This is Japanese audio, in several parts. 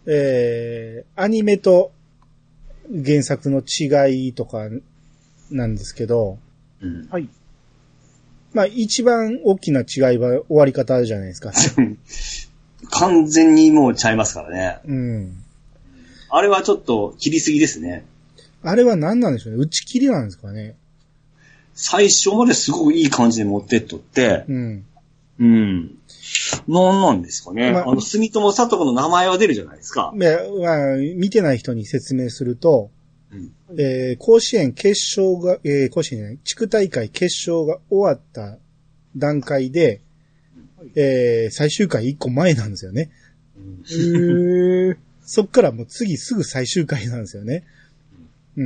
アニメと原作の違いとかなんですけど、 うん、 はい。 まあ一番大きな違いは終わり方じゃないですか。 完全にもうちゃいますからね。 うん。 あれはちょっと切りすぎですね。 あれは何なんでしょうね。打ち切りなんですかね。 最初まですごくいい感じで持ってっとって、 うん。 うん。なんですかね。住友聡子の名前は出るじゃないですか。 まあ、見てない人に説明すると、 うん、 甲子園決勝が、甲子園じゃない、地区大会決勝が終わった段階で、最終回1個前なんですよね。そっからもう次すぐ最終回なんですよね。うん。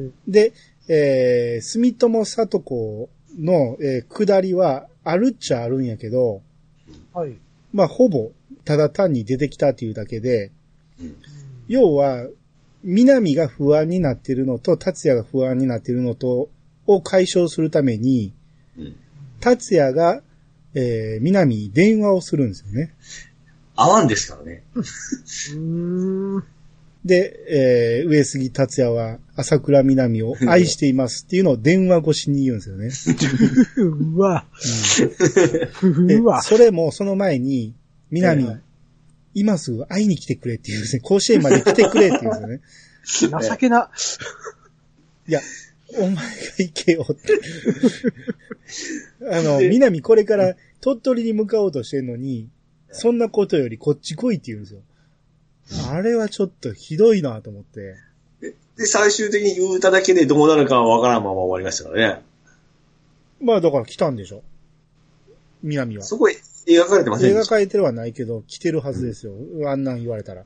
で、住友聡子の、下りはあるっちゃあるんやけど、 はい。 まあ、ほぼ、ただ単に出てきたっていうだけで、要は、南が不安になってるのと、達也が不安になってるのと、を解消するために、達也が、南に電話をするんですよね。 合わんですからね。 で、上杉達也は朝倉南を愛していますっていうのを電話越しに言うんですよね。 うわ。うわ。 それもその前に、南、今すぐ会いに来てくれって言うんですね。甲子園まで来てくれって言うんですよね。 情けな。 いや、お前が行けよって。南これから鳥取に向かおうとしてんのに、そんなことよりこっち来いって言うんですよ。あれはちょっとひどいなと思って。 で、最終的に言うただけでどうなるかはわからんまま終わりましたからね。 まあだから来たんでしょ。南は。 そこへ描かれてませんでした。 描かれてはないけど、来てるはずですよ。あんなん言われたら。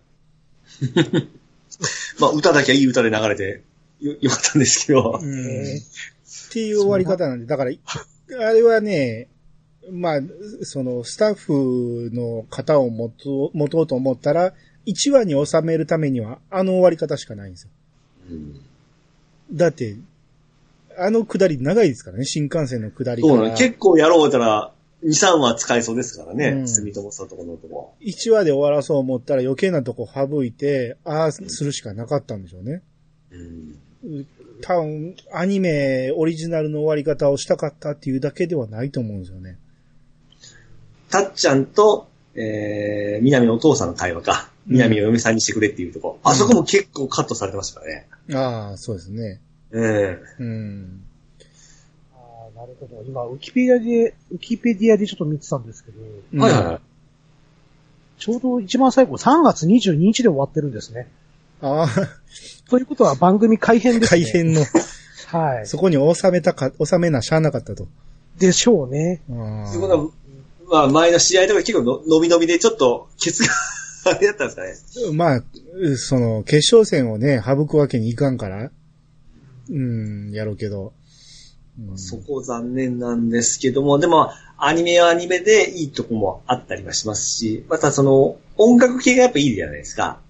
まあ歌だけはいい歌で流れてよかったんですけど。 っていう終わり方なんで、だから、あれはね、まあ、その、スタッフの方を持とうと思ったら、1話に収めるためには、終わり方しかないんですよ。だって、下り長いですからね、新幹線の下りから。 そうね、結構やろうたら、2、3話使えそうですからね、住友さんとこのとこ。 1話で終わらそう思ったら余計なとこ省いて、するしかなかったんでしょうね。多分、アニメオリジナルの終わり方をしたかったっていうだけではないと思うんですよね。 たっちゃんと、南のお父さんの会話か。南を嫁さんにしてくれっていうとこ。あそこも結構カットされてましたからね。 ああ、そうですね。 なるほど。今、ウィキペディアでちょっと見てたんですけど。 はいはい。 ちょうど一番最後、3月22日で終わってるんですね。 ああ。 ということは番組改編ですね。 改編の。はい。そこに収めなしゃあなかったと。 でしょうね。 ということは、まあ前の試合とか結構伸び伸びでちょっとケツがあれだったんですかね。 まあ、決勝戦をね、省くわけにいかんから、やろうけど。 そこ残念なんですけども、でも、アニメはアニメでいいとこもあったりはしますし、また音楽系がやっぱいいじゃないですか。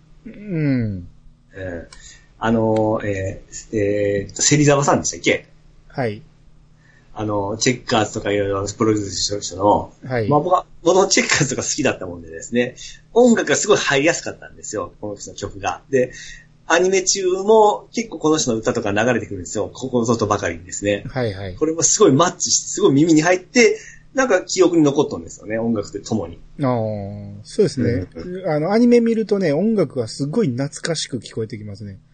芹沢さんでしたっけ？ はい。 チェッカーズとかいろいろプロデュースした人の、はい。まあ僕のチェッカーズとか好きだったもんでですね、音楽がすごい入りやすかったんですよ、この人の曲が。で、アニメ中も結構この人の歌とか流れてくるんですよ、ここぞとばかりにですね。はいはい。これもすごいマッチして、すごい耳に入って、なんか記憶に残ったんですよね、音楽とともに。 そうですね。アニメ見るとね、音楽がすごい懐かしく聞こえてきますね。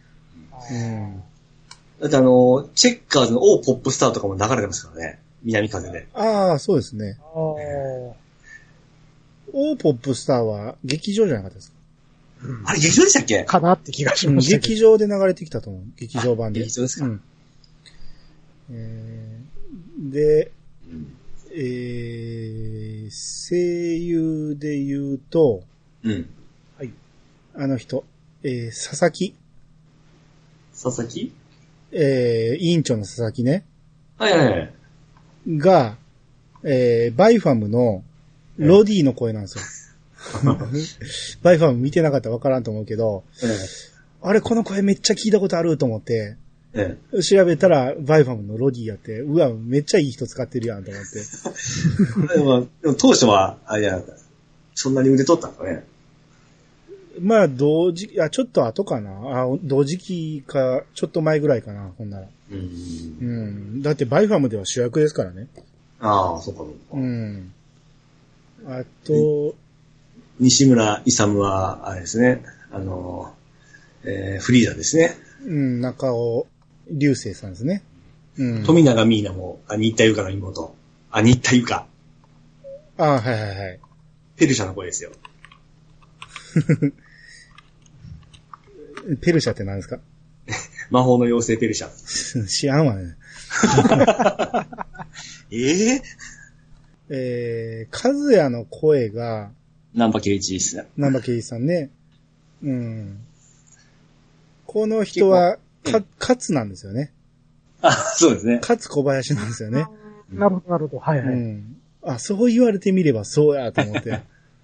だってチェッカーズのオーポップスターとかも流れてますからね。南風で。 ああ、そうですね。オーポップスターは劇場じゃなかったですか？ あれ劇場でしたっけ？ かなって気がしました。 劇場で流れてきたと思う。劇場版で。 劇場ですか？ で、声優で言うと、はい。あの人、佐々木。 佐々木？ 委員長の佐々木ね。 はいはいはい。 が、バイファムのロディの声なんですよ。バイファム見てなかったらわからんと思うけど、あれこの声めっちゃ聞いたことあると思って、調べたらバイファムのロディやって、うわ、めっちゃいい人使ってるやんと思って。 でも当初は、あれじゃなかった。そんなに腕取ったんかね。 まあ、同時期、ちょっと後かな。同時期か、ちょっと前ぐらいかな、ほんなら。うん。だって、バイファムでは主役ですからね。 ああ、そうか、そうか。 うん。あと、 西村勇は、あれですね、フリーザですね。 うん、中尾流星さんですね。 うん。富永美奈も、新田優香の妹。新田優香。 はいはいはい。 ペルシャの声ですよ。 ペルシャって何ですか？ 魔法の妖精ペルシャ。 知らんわね。和也の声が、 南波圭一ですね。 南波圭一さんね。うん。この人は、勝なんですよね。 そうですね。 勝小林なんですよね。 なるほど、なるほど。はいはい。うん。 そう言われてみればそうやと思って。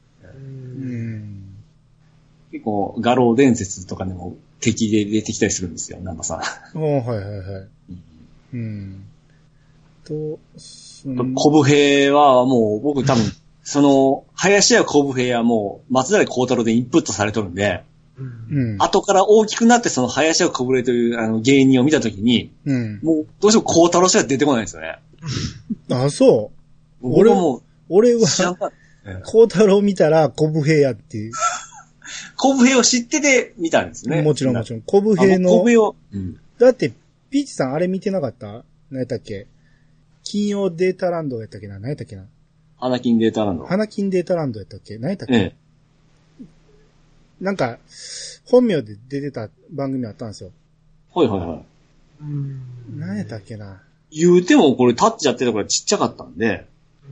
結構、画廊伝説とかでも敵で出てきたりするんですよ、南波さん。 はいはいはい。 小武平はもう僕多分、林家小武平はもう松平幸太郎でインプットされとるんで、後から大きくなってその林家小武平という芸人を見たときに、もうどうしても幸太郎しか出てこないんですよね。 そう。俺は、幸太郎見たら小武平やっていう。 小武平を知ってて見たんですね。 もちろんもちろん。小武平の。小武平を。だって、ピーチさんあれ見てなかった？何やったっけ？金曜データランドやったっけな？何やったっけな？ 花金データランド。 花金データランドやったっけ？何やったっけ？なんか、本名で出てた番組あったんですよ。 はいはいはい。 何やったっけな？ 言うてもこれタッチやってたからちっちゃかったんで。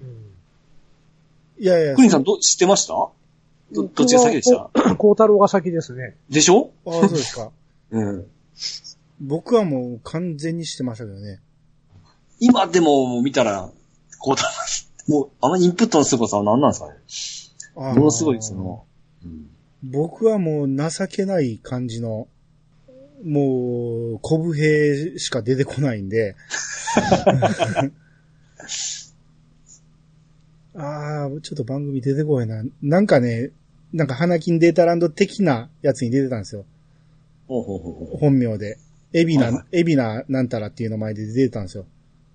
いやいや。 クリンさん知ってました？どっちが先でした？ 孝太郎が先ですね。 でしょ？ そうですか。僕はもう完全に知ってましたけどね。 今でも見たら、孝太郎、もうあのインプットの凄さは何なんですかね？ものすごいですよ。 僕はもう情けない感じの、もう、小武平しか出てこないんで。ちょっと番組出てこいな。なんかね、なんか花金データランド的なやつに出てたんですよ。本名で。エビナなんたらっていう名前で出てたんですよ。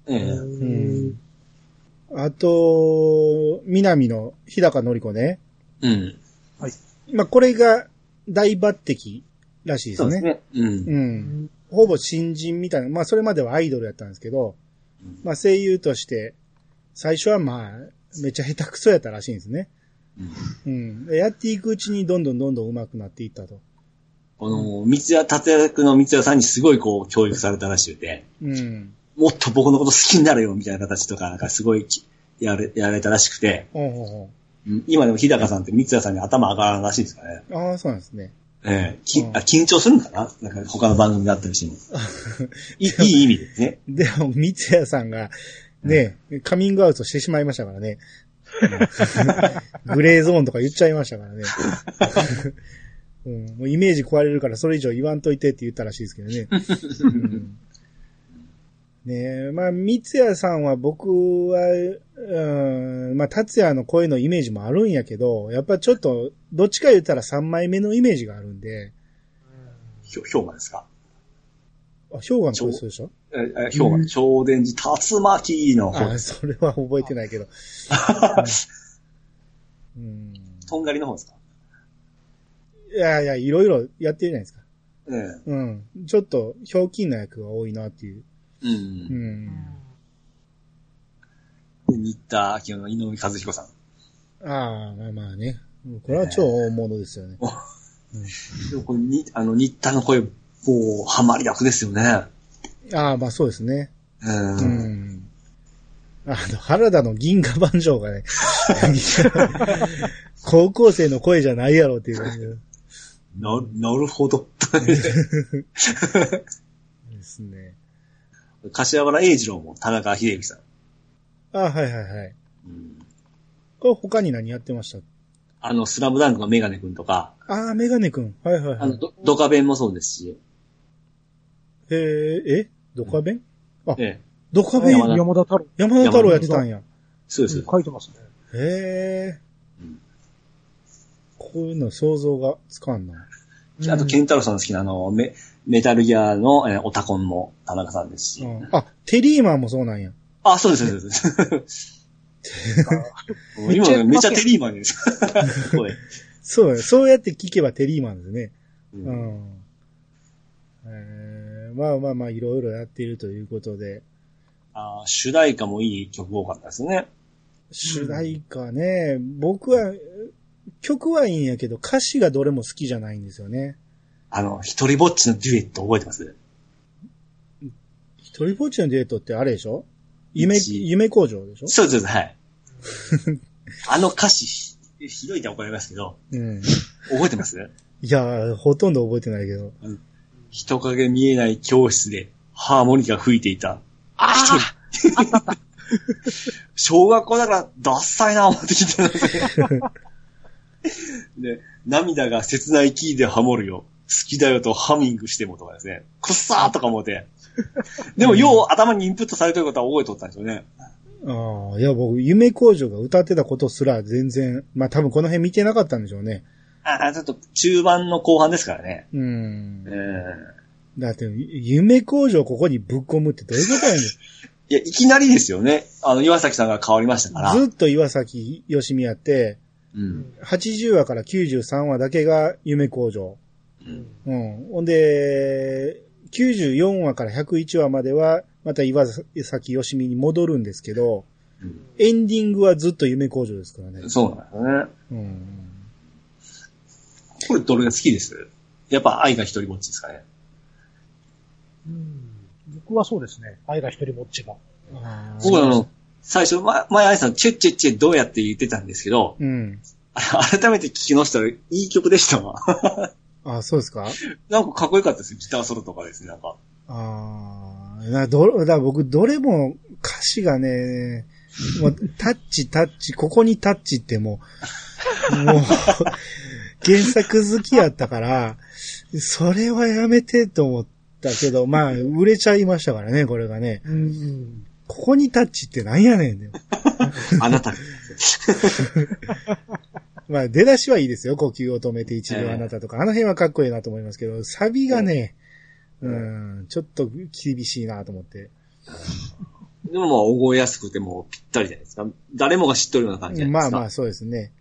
あと、南の日高のり子ね。はい。まあ、これが大抜擢らしいですね。そうですね。ほぼ新人みたいな。まあ、それまではアイドルやったんですけど、まあ、声優として、最初はまあ、めっちゃ下手くそやったらしいんですね。やっていくうちにどんどん上手くなっていったと。 達也の三谷さんにすごい教育されたらしくて、もっと僕のこと好きになれよみたいな形とか、なんかすごいやられたらしくて、今でも日高さんって三谷さんに頭上がらんらしいですかね。 そうなんですね。 緊張するんかな？なんか他の番組だったりしても。いい意味ですね。 でも、三谷さんが、ね、カミングアウトしてしまいましたからね。グレーゾーンとか言っちゃいましたからね。もうイメージ壊れるからそれ以上言わんといてって言ったらしいですけどね。ねえ、まあ、三谷さんは僕は、まあ、達也の声のイメージもあるんやけど、やっぱちょっと、どっちか言ったら3枚目のイメージがあるんで。 氷河ですか？ 氷河の声するでしょ？ 氷河、超電磁、竜巻の方。 それは覚えてないけど。 とんがりの方ですか？ いや、いろいろやってるじゃないですか。ちょっと、ひょうきんな役が多いなっていう。 新田明の井上和彦さん。 まあね。これは超大物ですよね。 でもこれ新田の声、もう、ハマり役ですよね。 まあそうですね。原田の銀河万丈がね、高校生の声じゃないやろっていう感じで。 なるほど。 ですね。 柏原英二郎も田中秀幸さん。 はいはいはい。これ他に何やってました？ スラムダンクのメガネくんとか。 メガネくん。はいはいはい。 ドカベンもそうですし。 ドカベン？ ドカベン山田太郎。 山田太郎やってたんや。 そうです。 書いてますね。 こういうの想像がつかんな。 あと、ケンタロウさんの好きなメタルギアの、オタコンも田中さんですし。 あ、テリーマンもそうなんや。 あ、そうです、そうです。今めっちゃテリーマンです。 そうやって聞けばテリーマンですね。まあ、いろいろやっているということで。 主題歌もいい曲多かったですね。 主題歌ね、僕は、曲はいいんやけど、歌詞がどれも好きじゃないんですよね。 一人ぼっちのデュエット覚えてます？ 一人ぼっちのデュエットってあれでしょ？夢工場でしょ？ そうです、はい。歌詞、ひどいって怒られますけど、覚えてます？ いや、ほとんど覚えてないけど。 人影見えない教室でハーモニカ吹いていた。小学校だからダッサいな思って聞いてたんですよ。で、涙が切ないキーでハモるよ。好きだよとハミングしてもとかですね。くっさーとか思って。でも、よう頭にインプットされてることは覚えとったんですよね。 いや、僕、夢工場が歌ってたことすら全然、まあ多分この辺見てなかったんでしょうね。 ちょっと中盤の後半ですからね。 だって、夢工場ここにぶっ込むってどういうことやねん。 いや、いきなりですよね。岩崎さんが変わりましたから。 ずっと岩崎よしみやって、80話から93話だけが夢工場。ほんで、94話から101話までは、また岩崎よしみに戻るんですけど、エンディングはずっと夢工場ですからね。 そうなんですね。これどれが好きです？やっぱ愛が一人ぼっちですかね。 僕はそうですね。愛が一人ぼっちが。 僕最初、前愛さん、チェッチェッチェどうやって言ってたんですけど、改めて聞き直したらいい曲でしたわ。 そうですか？ なんかかっこよかったです。ギターソロとかですね、なんか。 僕、どれも歌詞がね、もう、タッチ、ここにタッチってもう、原作好きやったから、それはやめてと思ったけど、まあ、売れちゃいましたからね、これがね。ここにタッチってなんやねん。 あなた。 まあ、出だしはいいですよ。呼吸を止めて一秒あなたとか。あの辺はかっこいいなと思いますけど、サビがね、ちょっと厳しいなと思って。 でも覚えやすくてもぴったりじゃないですか。誰もが知っとるような感じじゃないですか。 まあ、そうですね。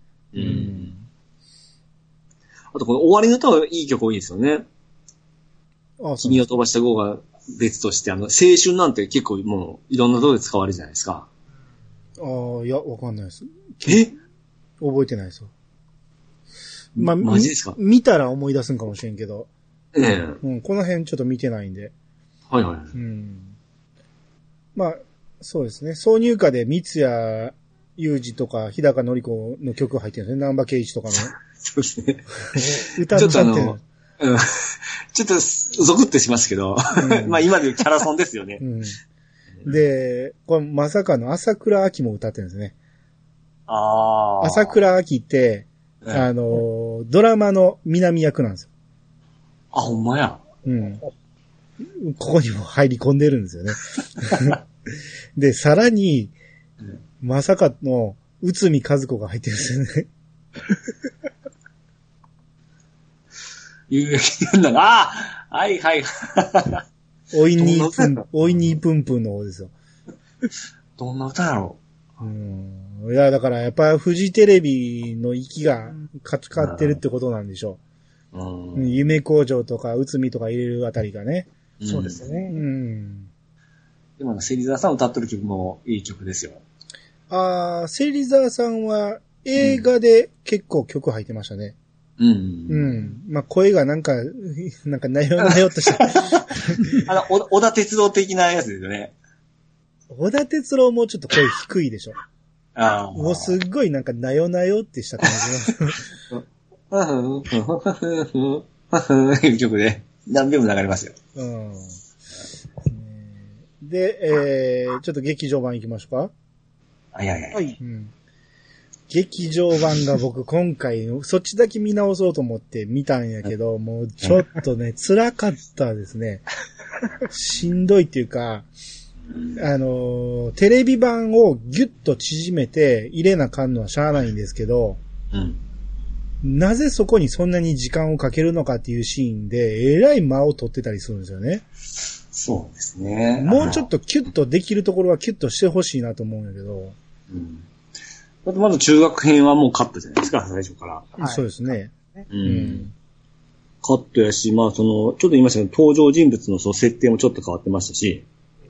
あとこの終わりの歌はいい曲多いですよね。君を飛ばした号が別として、青春なんて結構もういろんなところで使われるじゃないですか。 いや、わかんないです。覚えてないですよ。まあ、 マジですか？ 見たら思い出すんかもしれんけど。この辺ちょっと見てないんで。 はいはい。 まあ、そうですね。挿入歌で三谷裕二とか日高のり子の曲入ってるんですね。南波圭一とかの。 そうですね。 歌っちゃってる。 ちょっとゾクッとしますけど、まあ今でいうキャラソンですよね。 で、これまさかの朝倉明も歌ってるんですね。朝倉明って、ドラマの南役なんですよ。 ほんまや。 ここにも入り込んでるんですよね。で、さらに、まさかの、内海和子が入ってるんですよね。 はいはい。 おいにーぷんぷんの方ですよ。 どんな歌やろう？いや、だからやっぱフジテレビの息がかかってるってことなんでしょう。夢工場とか内海とか入れるあたりがね。 そうですね。 でも、芹沢さん歌ってる曲もいい曲ですよ。 芹沢さんは映画で結構曲入ってましたね。まあ、声がなんかなよっとした。 小田哲郎的なやつですよね。 小田哲郎もちょっと声低いでしょ。もうすっごいなんかなよってした感じの。いう曲で何秒も流れますよ。 で、ちょっと劇場版行きましょうか。 はい。 劇場版が僕今回、そっちだけ見直そうと思って見たんやけど、もうちょっとね、辛かったですね。しんどいっていうか、テレビ版をギュッと縮めて入れなかんのはしゃあないんですけど、 なぜそこにそんなに時間をかけるのかっていうシーンで、えらい間を取ってたりするんですよね。 そうですね。 もうちょっとキュッとできるところはキュッとしてほしいなと思うんだけど。 うん。まず中学編はもうカットじゃないですか、最初から。 はい、そうですね。 うん。カットやし、ちょっと言いましたけど、登場人物の設定もちょっと変わってましたし。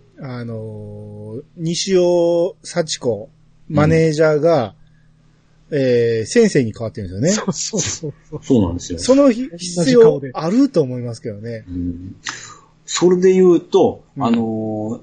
西尾幸子、マネージャーが、先生に変わってるんですよね。 そうなんですよ。 その必要あると思いますけどね。 うん、それで言うと、2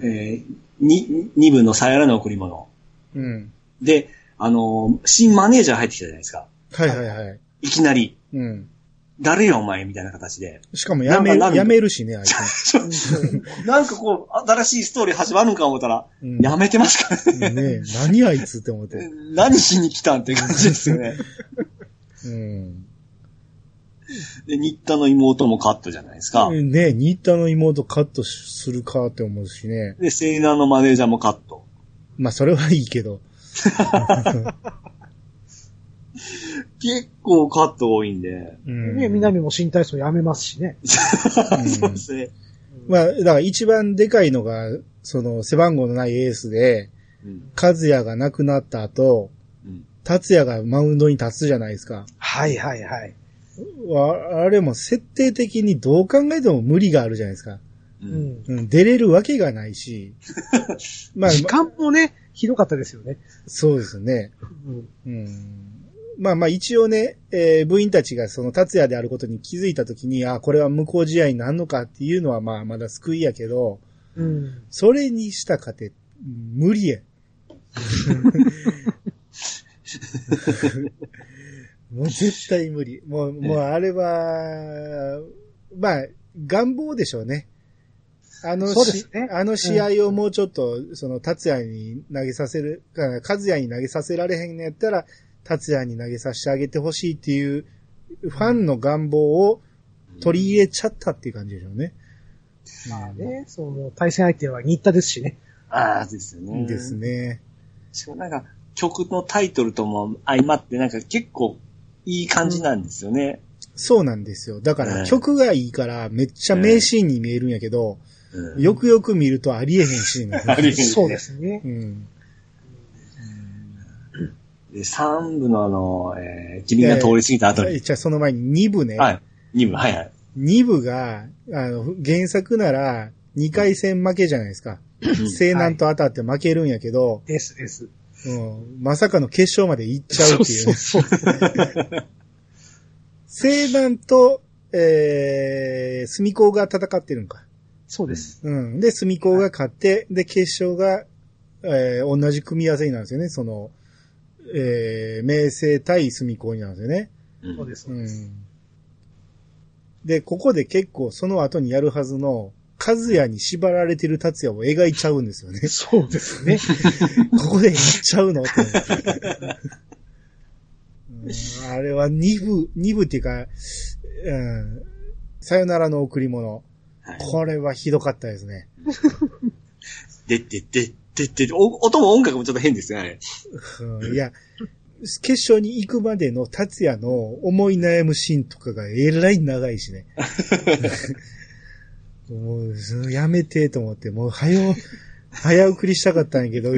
部のさよならの贈り物。 うん。 で、新マネージャー入ってきたじゃないですか。 はいはいはい。 いきなり。 うん。 誰やお前みたいな形で。 しかもやめるしね、あいつ。 なんかこう、新しいストーリー始まるんか思ったら、やめてますからね。 ね何あいつって思って。 何しに来たんって感じですよね。 うん。 で、新田の妹もカットじゃないですか。 ね新田の妹カットするかって思うしね。 で、セイナーのマネージャーもカット。 まあ、それはいいけど。 結構カット多いんで。 ね、南も新体操やめますしね。 そうですね。 まあ、だから一番でかいのが、背番号のないエースで、和也が亡くなった後、達也がマウンドに立つじゃないですか。 はいはいはい。 あれも設定的にどう考えても無理があるじゃないですか。出れるわけがないし。 まあ、時間もね、ひどかったですよね。 そうですね。まあ一応ね、部員たちがその達也であることに気づいたときに、これは無効試合になるのかっていうのはまあまだ救いやけど、それにしたかて、無理や。もう絶対無理。もうあれは、まあ、願望でしょうね。 そうですね。 あの試合をもうちょっと、達也に投げさせる、和也に投げさせられへんのやったら、達也に投げさせてあげてほしいっていう、ファンの願望を取り入れちゃったっていう感じでしょうね。 まあね、対戦相手は新田ですしね。 ですよね。 ですね。 しかもなんか、曲のタイトルとも相まってなんか結構いい感じなんですよね。 そうなんですよ。だから曲がいいからめっちゃ名シーンに見えるんやけど、よくよく見るとありえへんシーンなんです。 そうですね。 で、3部の君が通り過ぎた後に。 じゃあその前に2部ね。 はい。2部、はいはい。 2部が、原作なら2回戦負けじゃないですか。西南と当たって負けるんやけど。 です。 まさかの決勝まで行っちゃうっていうね。そう。西南と、住高が戦ってるんか。 そうです。 で、住高が勝って、で、決勝が、同じ組み合わせになるんですよね。明星対住高になるんですよね。 そうです。 で、ここで結構その後にやるはずの、和也に縛られてる達也を描いちゃうんですよね。 そうですね。 ここでやっちゃうのってあれは2部っていうか、さよならの贈り物。これはひどかったですね。 音も音楽もちょっと変ですよね。 いや、決勝に行くまでの達也の思い悩むシーンとかがえらい長いしね。もう、やめてと思って、もう早送りしたかったんやけど、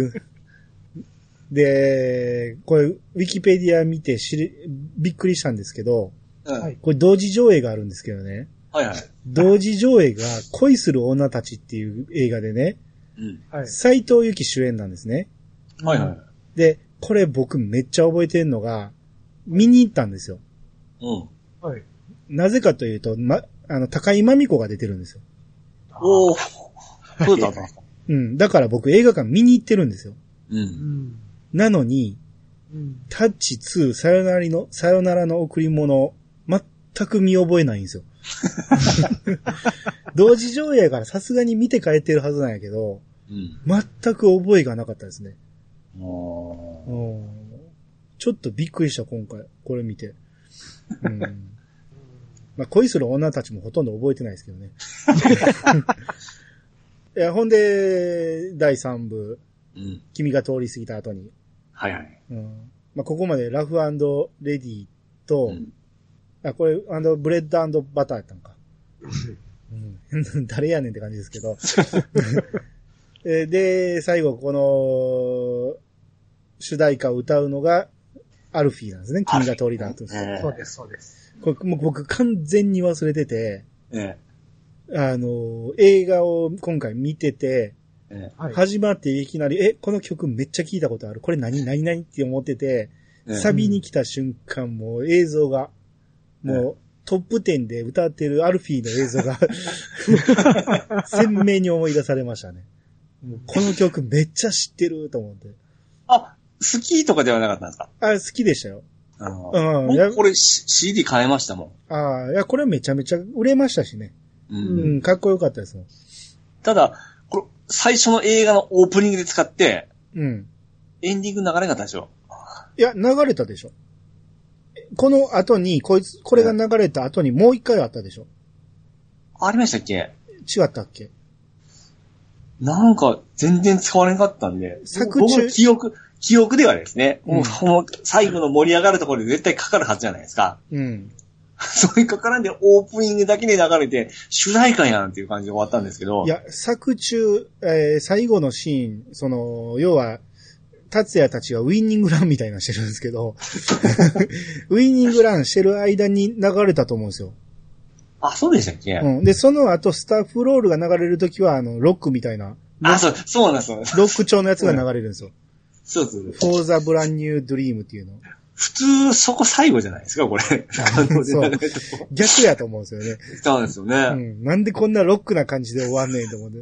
で、これ、ウィキペディア見てびっくりしたんですけど、これ同時上映があるんですけどね。同時上映が恋する女たちっていう映画でね、斉藤由貴主演なんですね。で、これ僕めっちゃ覚えてるのが、見に行ったんですよ。なぜかというと、高井真美子が出てるんですよ。 そうだった。 だから僕映画館見に行ってるんですよ。なのに、タッチ2さよならの贈り物、全く見覚えないんですよ。同時上映からさすがに見て帰ってるはずなんやけど、全く覚えがなかったですね。ちょっとびっくりした、今回。これ見て。まあ、恋する女たちもほとんど覚えてないですけどね。いや、ほんで、第3部、君が通り過ぎた後に。まあ、ここまでラフ&レディと、これ、ブレッド&バターやったんか。誰やねんって感じですけど。で、最後、この、主題歌を歌うのが、アルフィーなんですね。君が通りだと。 そうです、そうです。 これもう僕完全に忘れてて、映画を今回見てて、始まっていきなり、この曲めっちゃ聞いたことある。これ何って思ってて、サビに来た瞬間もう映像が、もうトップ10で歌ってるアルフィーの映像が鮮明に思い出されましたね。もうこの曲めっちゃ知ってると思って。 あ、好きとかではなかったんですか？ 好きでしたよ。 これ CD 買えましたもん。 いや、これめちゃめちゃ売れましたしね。かっこよかったですもん。 ただ、これ、最初の映画のオープニングで使って、エンディング流れなかったでしょ？ いや、流れたでしょ。この後に、これが流れた後にもう一回あったでしょ。 ありましたっけ？ 違ったっけ？ なんか、全然使われなかったんで、僕の記憶ではですね、もう最後の盛り上がるところで絶対かかるはずじゃないですか。それかからんでオープニングだけで流れて、主題歌やんっていう感じで終わったんですけど。 いや、作中、最後のシーン、要は、達也たちがウィニングランみたいなしてるんですけど、ウィニングランしてる間に流れたと思うんですよ。 あ、そうでしたっけ？ で、その後、スタッフロールが流れるときは、ロックみたいな。 そうなんですよ。 ロック調のやつが流れるんですよ。 そうそう。 For the Brand New Dream っていうの。 普通、そこ最後じゃないですか、これ。 そう。逆やと思うんですよね。 そうですよね。 なんでこんなロックな感じで終わんねんと思って。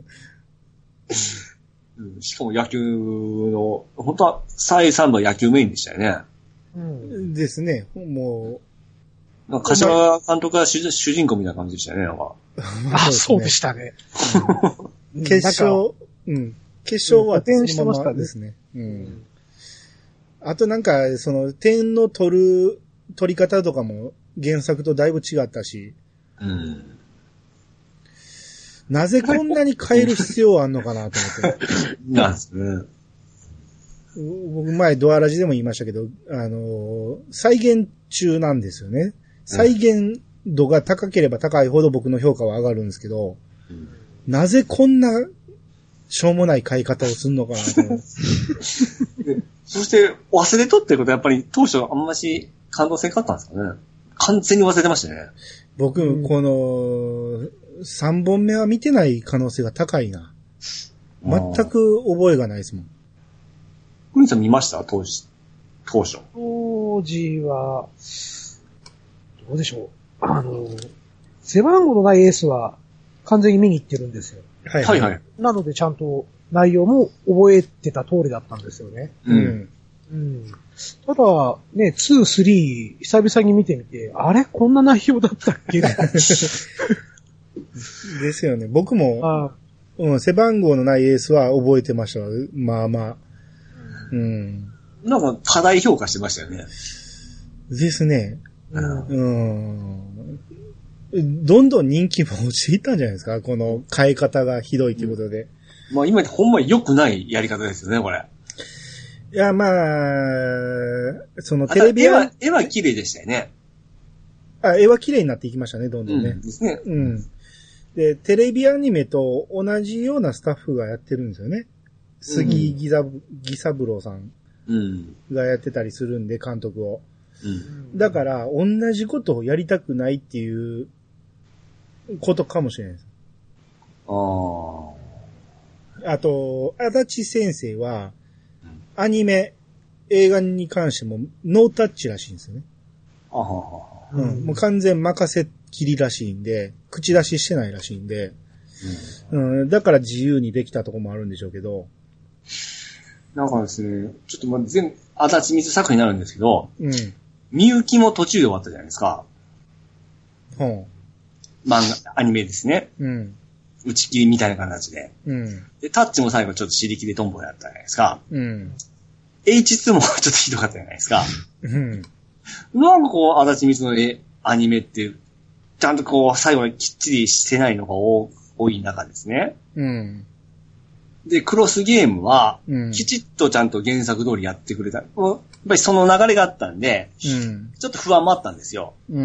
しかも野球の、本当は、第3部は野球メインでしたよね。 ですね。もう。なんか柏監督が主人公みたいな感じでしたよね、なんか。 そうでしたね。 決勝はそのままですね。あとなんか、点の取り方とかも原作とだいぶ違ったし。なぜこんなに変える必要あんのかなと思って。 なんですね。 僕前ドアラジでも言いましたけど、再現中なんですよね。再現度が高ければ高いほど僕の評価は上がるんですけど、なぜこんなしょうもない変え方をするのかなと思って。 そして忘れとってことはやっぱり当初あんまし感動せんかったんですかね。完全に忘れてましたね。 僕、この3本目は見てない可能性が高いな。全く覚えがないですもん。 クニさん見ました？当初。 当時は、どうでしょう。背番号のないエースは完全に見に行ってるんですよ。 はいはい。 なのでちゃんと内容も覚えてた通りだったんですよね。ただ、ね、2、3、久々に見てみて、あれこんな内容だったっけですよね。僕も、背番号のないエースは覚えてました。まあまあ。 なんか、過大評価してましたよね。 ですね。どんどん人気も落ちていったんじゃないですか？この変え方がひどいということで。 まあ今ほんまに良くないやり方ですよね、これ。 いや、まあ、テレビは絵は綺麗でしたよね。 絵は綺麗になっていきましたね、どんどんね。 ですね。 で、テレビアニメと同じようなスタッフがやってるんですよね。杉義三郎さんがやってたりするんで、監督を。だから、同じことをやりたくないっていうことかもしれないです。あと、足立先生は、アニメ、映画に関してもノータッチらしいんですよね。もう完全任せっきりらしいんで、口出ししてないらしいんで、だから自由にできたとこもあるんでしょうけど。 なんかですね、ちょっと足立光作品になるんですけど、みゆきも途中で終わったじゃないですか。漫画、アニメですね。打ち切りみたいな形で。で、タッチも最後ちょっと尻切れトンボやったじゃないですか。H2 もちょっとひどかったじゃないですか。なんかこう、足立光のアニメって、ちゃんとこう、最後にきっちりしてないのが多い中ですね。で、クロスゲームは、きちっとちゃんと原作通りやってくれた。 ぱりその流れがあったんで、 うん、 ちょっと不安もあったんですよ。 うん。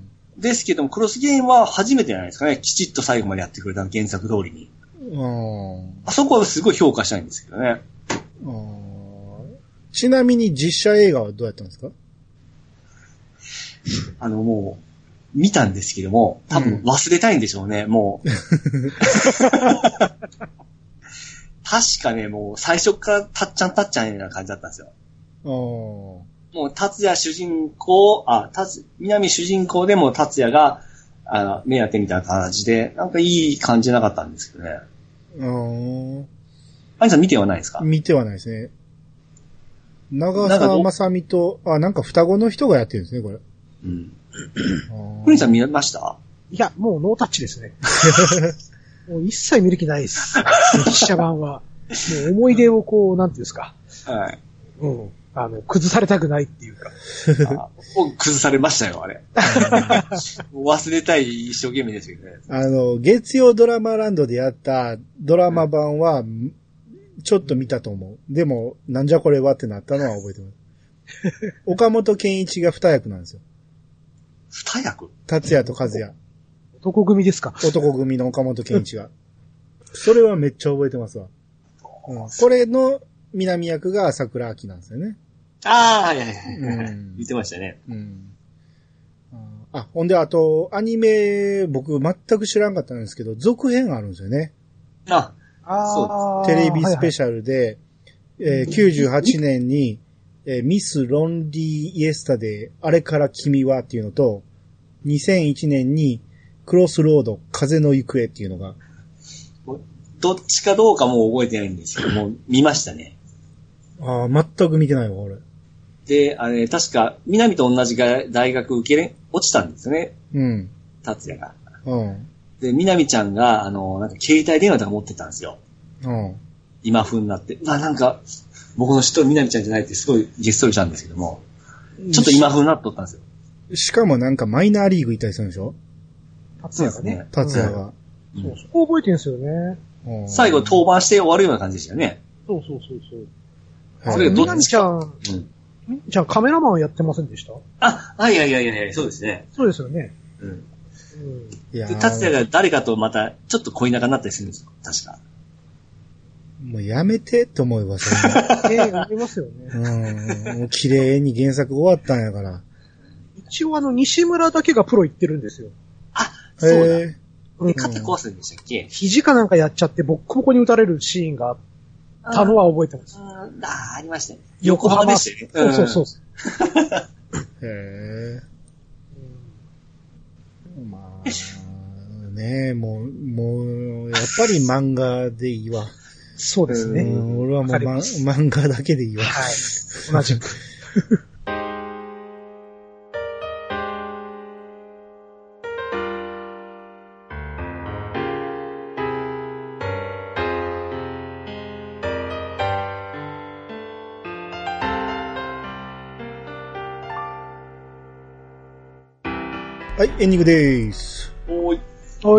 ですけども、クロスゲームは初めてじゃないですかね。きちっと最後までやってくれた原作通りに。あそこはすごい評価したいんですけどね。 ちなみに実写映画はどうやったんですか？ もう、見たんですけども、多分忘れたいんでしょうね、もう。確かね、もう最初からたっちゃんな感じだったんですよ。もう達也主人公、南主人公でも達也が、目当てみたいな感じで、なんかいい感じなかったんですけどね。兄さん見てはないですか？ 見てはないですね。長澤まさみと、なんか双子の人がやってるんですね、これ。 うん。クリンさん見ました？ いや、もうノータッチですね。もう一切見る気ないです。実写版は。もう思い出をこう、なんていうんですか。 はい。 うん。崩されたくないっていうか。 崩されましたよ、あれ。忘れたい一生懸命ですけどね。 月曜ドラマランドでやったドラマ版は、ちょっと見たと思う。でも、なんじゃこれはってなったのは覚えてます。岡本健一が二役なんですよ。 二役？ 達也と和也。 男組ですか？ 男組の岡本健一が。それはめっちゃ覚えてますわ。これの南役が朝倉明なんですよね。 はいはいはい。言ってましたね。 ほんで、あと、アニメ、僕全く知らんかったんですけど、続編あるんですよね。そうです。テレビスペシャルで、98年に、ミス・ロンリー・イエスタデー、あれから君はっていうのと、2001年に、クロスロード、風の行方っていうのが。 どっちかどうかもう覚えてないんですけど、もう見ましたね。 全く見てないわ、俺。 で、確か、南と同じ大学落ちたんですよね。 うん。 達也が。で、南ちゃんが、なんか携帯電話とか持ってたんですよ。今風になって。なんか、僕の知っとる南ちゃんじゃないってすごいげっそりしたんですけども、ちょっと今風になっとったんですよ。 しかもなんかマイナーリーグいたりするんでしょ？ 達也がね。 達也が。 そう、そこ覚えてるんですよね。 最後登板して終わるような感じでしたよね。 そう。南ちゃん、じゃあカメラマンやってませんでした？ いや、そうですね。 そうですよね。 で、達也が誰かとまた、ちょっと恋仲になったりするんですよ。確か。 もうやめてって思いますよね。ありますよね。もう綺麗に原作終わったんやから。 一応西村だけがプロ行ってるんですよ。 そうだ。肩壊すんでしたっけ？ 肘かなんかやっちゃってボッコボコに打たれるシーンがあったのは覚えてます。 ありましたね。横浜でしたよね。 そう。 まあ、ねえ、もう、やっぱり漫画でいいわ。 そうですね。 俺はもう漫画だけでいいわ。 はい。同じく。 はい、エンディングでーす。 はい。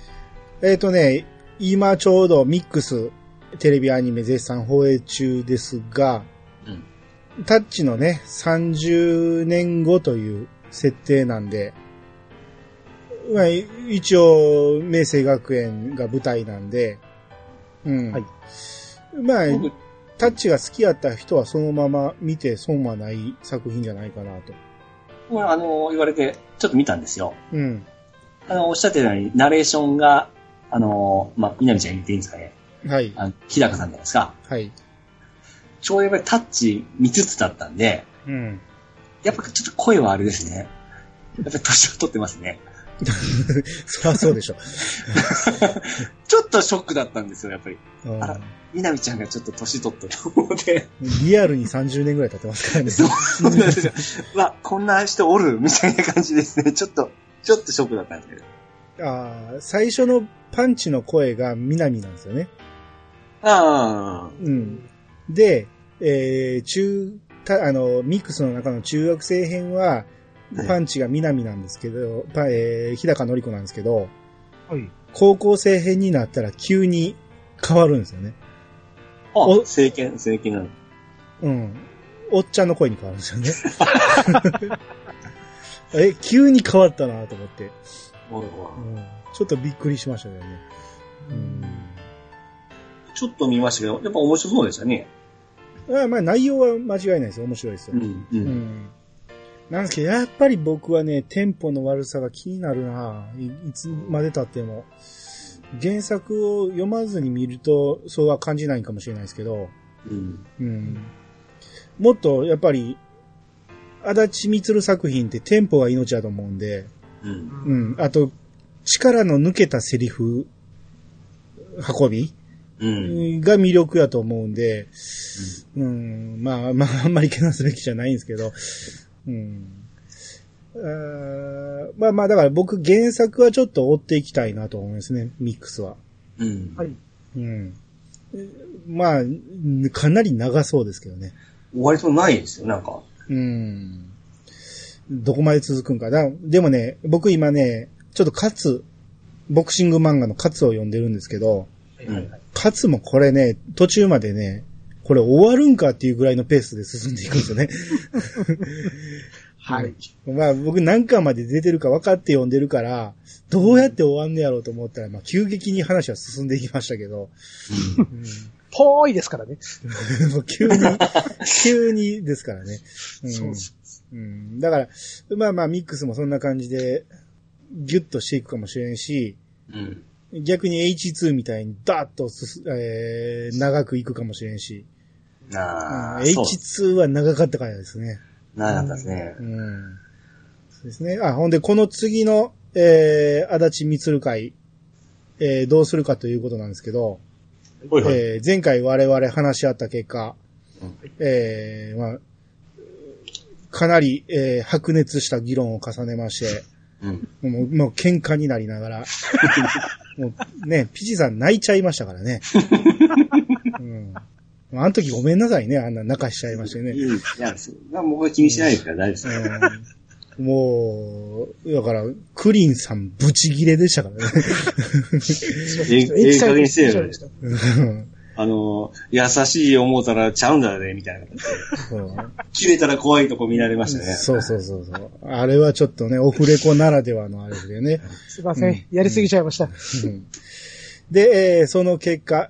今ちょうどミックステレビアニメ絶賛放映中ですが、タッチのね、30年後という設定なんで、まあ、一応、明星学園が舞台なんで、はい。まあ、タッチが好きやった人はそのまま見て損はない作品じゃないかなと。 言われて、ちょっと見たんですよ。おっしゃってたように、ナレーションが、南ちゃん言っていいんですかね。 はい。 日高さんじゃないですか。 はい。 ちょうどやっぱりタッチ見つつだったんで、やっぱちょっと声はあれですね。やっぱり年を取ってますね。 そりゃそうでしょ。 ちょっとショックだったんですよ、やっぱり。南ちゃんがちょっと年取ったと思って。 リアルに30年ぐらい経ってますからね。 そうなんですよ。こんな人おるみたいな感じですね。ちょっとショックだったんですけど。 最初のパンチの声が南なんですよね。で、ミックスの中の中学生編は、パンチが南なんですけど、日高のり子なんですけど、高校生編になったら急に変わるんですよね。 政権なの。 おっちゃんの声に変わるんですよね。急に変わったなと思って、ちょっとびっくりしましたよね。 ちょっと見ましたけど、やっぱ面白そうでしたね。 まあ内容は間違いないですよ。面白いですよ。なんですけど、やっぱり僕はね、テンポの悪さが気になるな。いつまで経っても。原作を読まずに見ると、そうは感じないかもしれないですけど、もっと、やっぱり、足立みつる作品ってテンポが命だと思うんで、あと、力の抜けたセリフ、運び、が魅力やと思うんで、まあ、あんまりけなすべきじゃないんですけど、まあだから僕原作はちょっと追っていきたいなと思いますね、ミックスは。 はい。 まあ、かなり長そうですけどね。 終わりそうないですよ、なんか。 どこまで続くんかな。でもね、僕今ね、ちょっとボクシング漫画のカツを読んでるんですけど、カツもこれね、途中までね、これ終わるんかっていうぐらいのペースで進んでいくんですよね。 はい。 まあ僕何巻まで出てるか分かって読んでるから、どうやって終わんねやろうと思ったら、まあ急激に話は進んでいきましたけど。 ぽーいですからね。 もう急にですからね。だから、まあミックスもそんな感じで、ギュッとしていくかもしれんし、逆に H2 みたいにダーッと長くいくかもしれんし。H2 は長かったからですね。 長かったですね。 そうですね。ほんで、この次の、足立みつる会、どうするかということなんですけど、前回我々話し合った結果、まあ、かなり、白熱した議論を重ねまして、もう喧嘩になりながら、もうね、ピチさん泣いちゃいましたからね。あの時ごめんなさいね、あんな泣かしちゃいましてね。 いや、僕は気にしないですから大丈夫です。 もう、だから、クリンさんブチギレでしたからね。 加減してよ。優しい思うたらちゃうんだね、みたいな。切れたら怖いとこ見られましたね。 そう。あれはちょっとね、オフレコならではのあれでね。 すいません、やりすぎちゃいました。 で、その結果、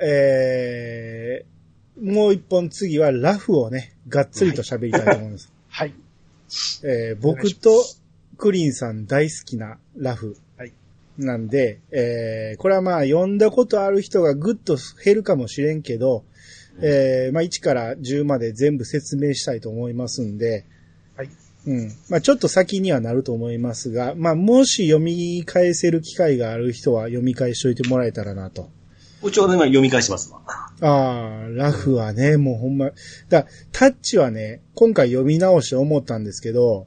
もう一本次はラフをね、がっつりと喋りたいと思います。 はい。 僕とクリンさん大好きなラフ。なんで、これはまあ読んだことある人がぐっと減るかもしれんけど、まあ1から10まで全部説明したいと思いますんで、まあちょっと先にはなると思いますが、まあもし読み返せる機会がある人は読み返しといてもらえたらなと。 ちょうど今読み返しますわ。 ラフはね、もうほんま、タッチはね、今回読み直して思ったんですけど、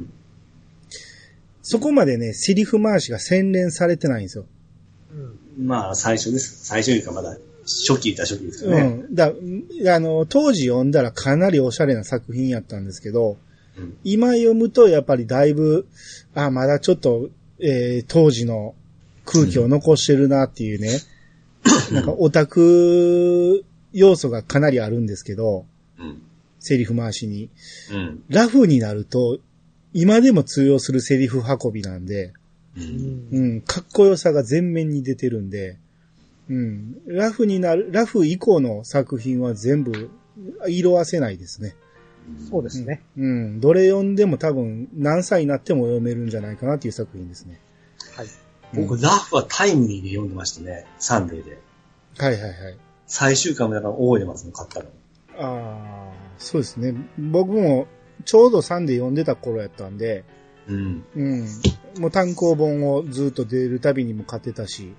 そこまでね、セリフ回しが洗練されてないんですよ。 まあ、最初です。最初よりかまだ、初期ですよね。 当時読んだらかなりおしゃれな作品やったんですけど、今読むとやっぱりだいぶ、まだちょっと、当時の空気を残してるなっていうね、なんかオタク要素がかなりあるんですけど、セリフ回しに。ラフになると、今でも通用するセリフ運びなんで、かっこよさが前面に出てるんで、ラフ以降の作品は全部色褪せないですね。 そうですね。 どれ読んでも多分何歳になっても読めるんじゃないかなっていう作品ですね。 はい。僕、ラフはタイムリーで読んでましたね。サンデーで。最終回もだから覚えてますね、買ったの。 そうですね。僕もちょうどサンデー読んでた頃やったんで、もう単行本をずっと出るたびにも買ってたし、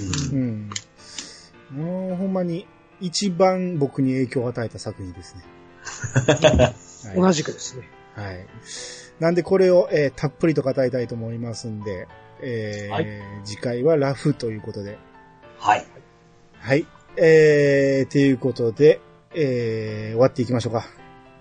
もうほんまに一番僕に影響を与えた作品ですね。 同じくですね。 なんでこれを、たっぷりと語りたいと思いますんで、次回はラフということで。ということで、終わっていきましょうか。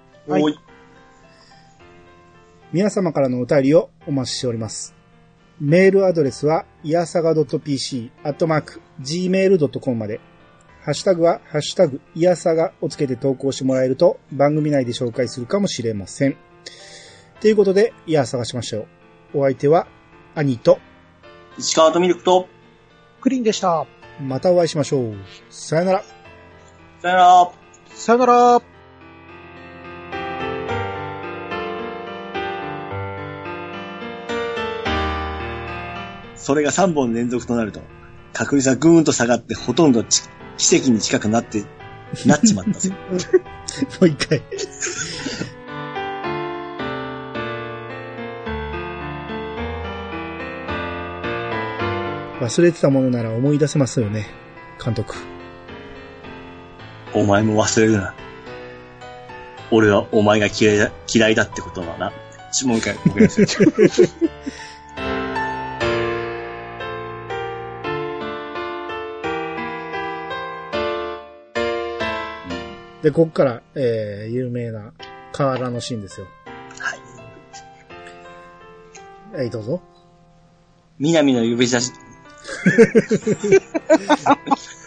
皆様からのお便りをお待ちしております。メールアドレスは、いやさが .pc、@gmail.com まで。 ハッシュタグは、ハッシュタグ、いやさがをつけて投稿してもらえると、番組内で紹介するかもしれません。ということで、いや探しましたよ。お相手は、兄と、 石川とミルクと、 クリーンでした。 またお会いしましょう。さよなら。 さよなら。 さよなら。 それが3本連続となると、確率はぐーんと下がってほとんど奇跡に近くなっちまったぜ。 もう一回。忘れてたものなら思い出せますよね、監督。 お前も忘れるな。俺はお前が嫌いだってことだな。もう一回、ごめんなさい。 で、こっから、有名な河原のシーンですよ。はい。どうぞ。 南の指差し。